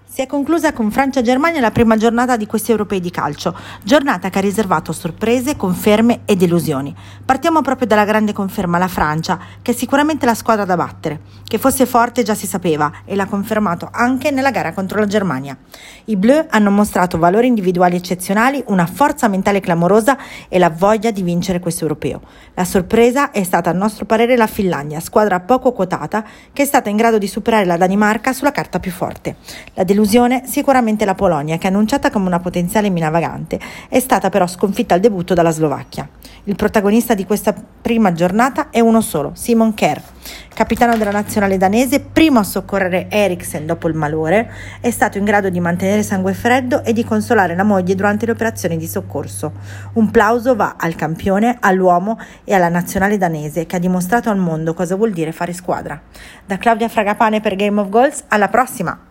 Si è conclusa con Francia-Germania la prima giornata di questi europei di calcio, giornata che ha riservato sorprese, conferme e delusioni. Partiamo proprio dalla grande conferma, la Francia, che è sicuramente la squadra da battere. Che fosse forte già si sapeva e l'ha confermato anche nella gara contro la Germania. I Bleu hanno mostrato valori individuali eccezionali, una forza mentale clamorosa e la voglia di vincere questo europeo. La sorpresa è stata a nostro parere la Finlandia, squadra poco quotata che è stata in grado di superare la Danimarca sulla carta più forte. La delusione sicuramente la Polonia, che annunciata come una potenziale mina vagante è stata però sconfitta al debutto dalla Slovacchia. Il protagonista di questa prima giornata è uno solo, Simon Kjær, capitano della nazionale danese, primo a soccorrere Eriksen dopo il malore, è stato in grado di mantenere sangue freddo e di consolare la moglie durante le operazioni di soccorso. Un plauso va al campione, all'uomo e alla nazionale danese che ha dimostrato al mondo cosa vuol dire fare squadra. Da Claudia Fragapane per Game of Goals, alla prossima!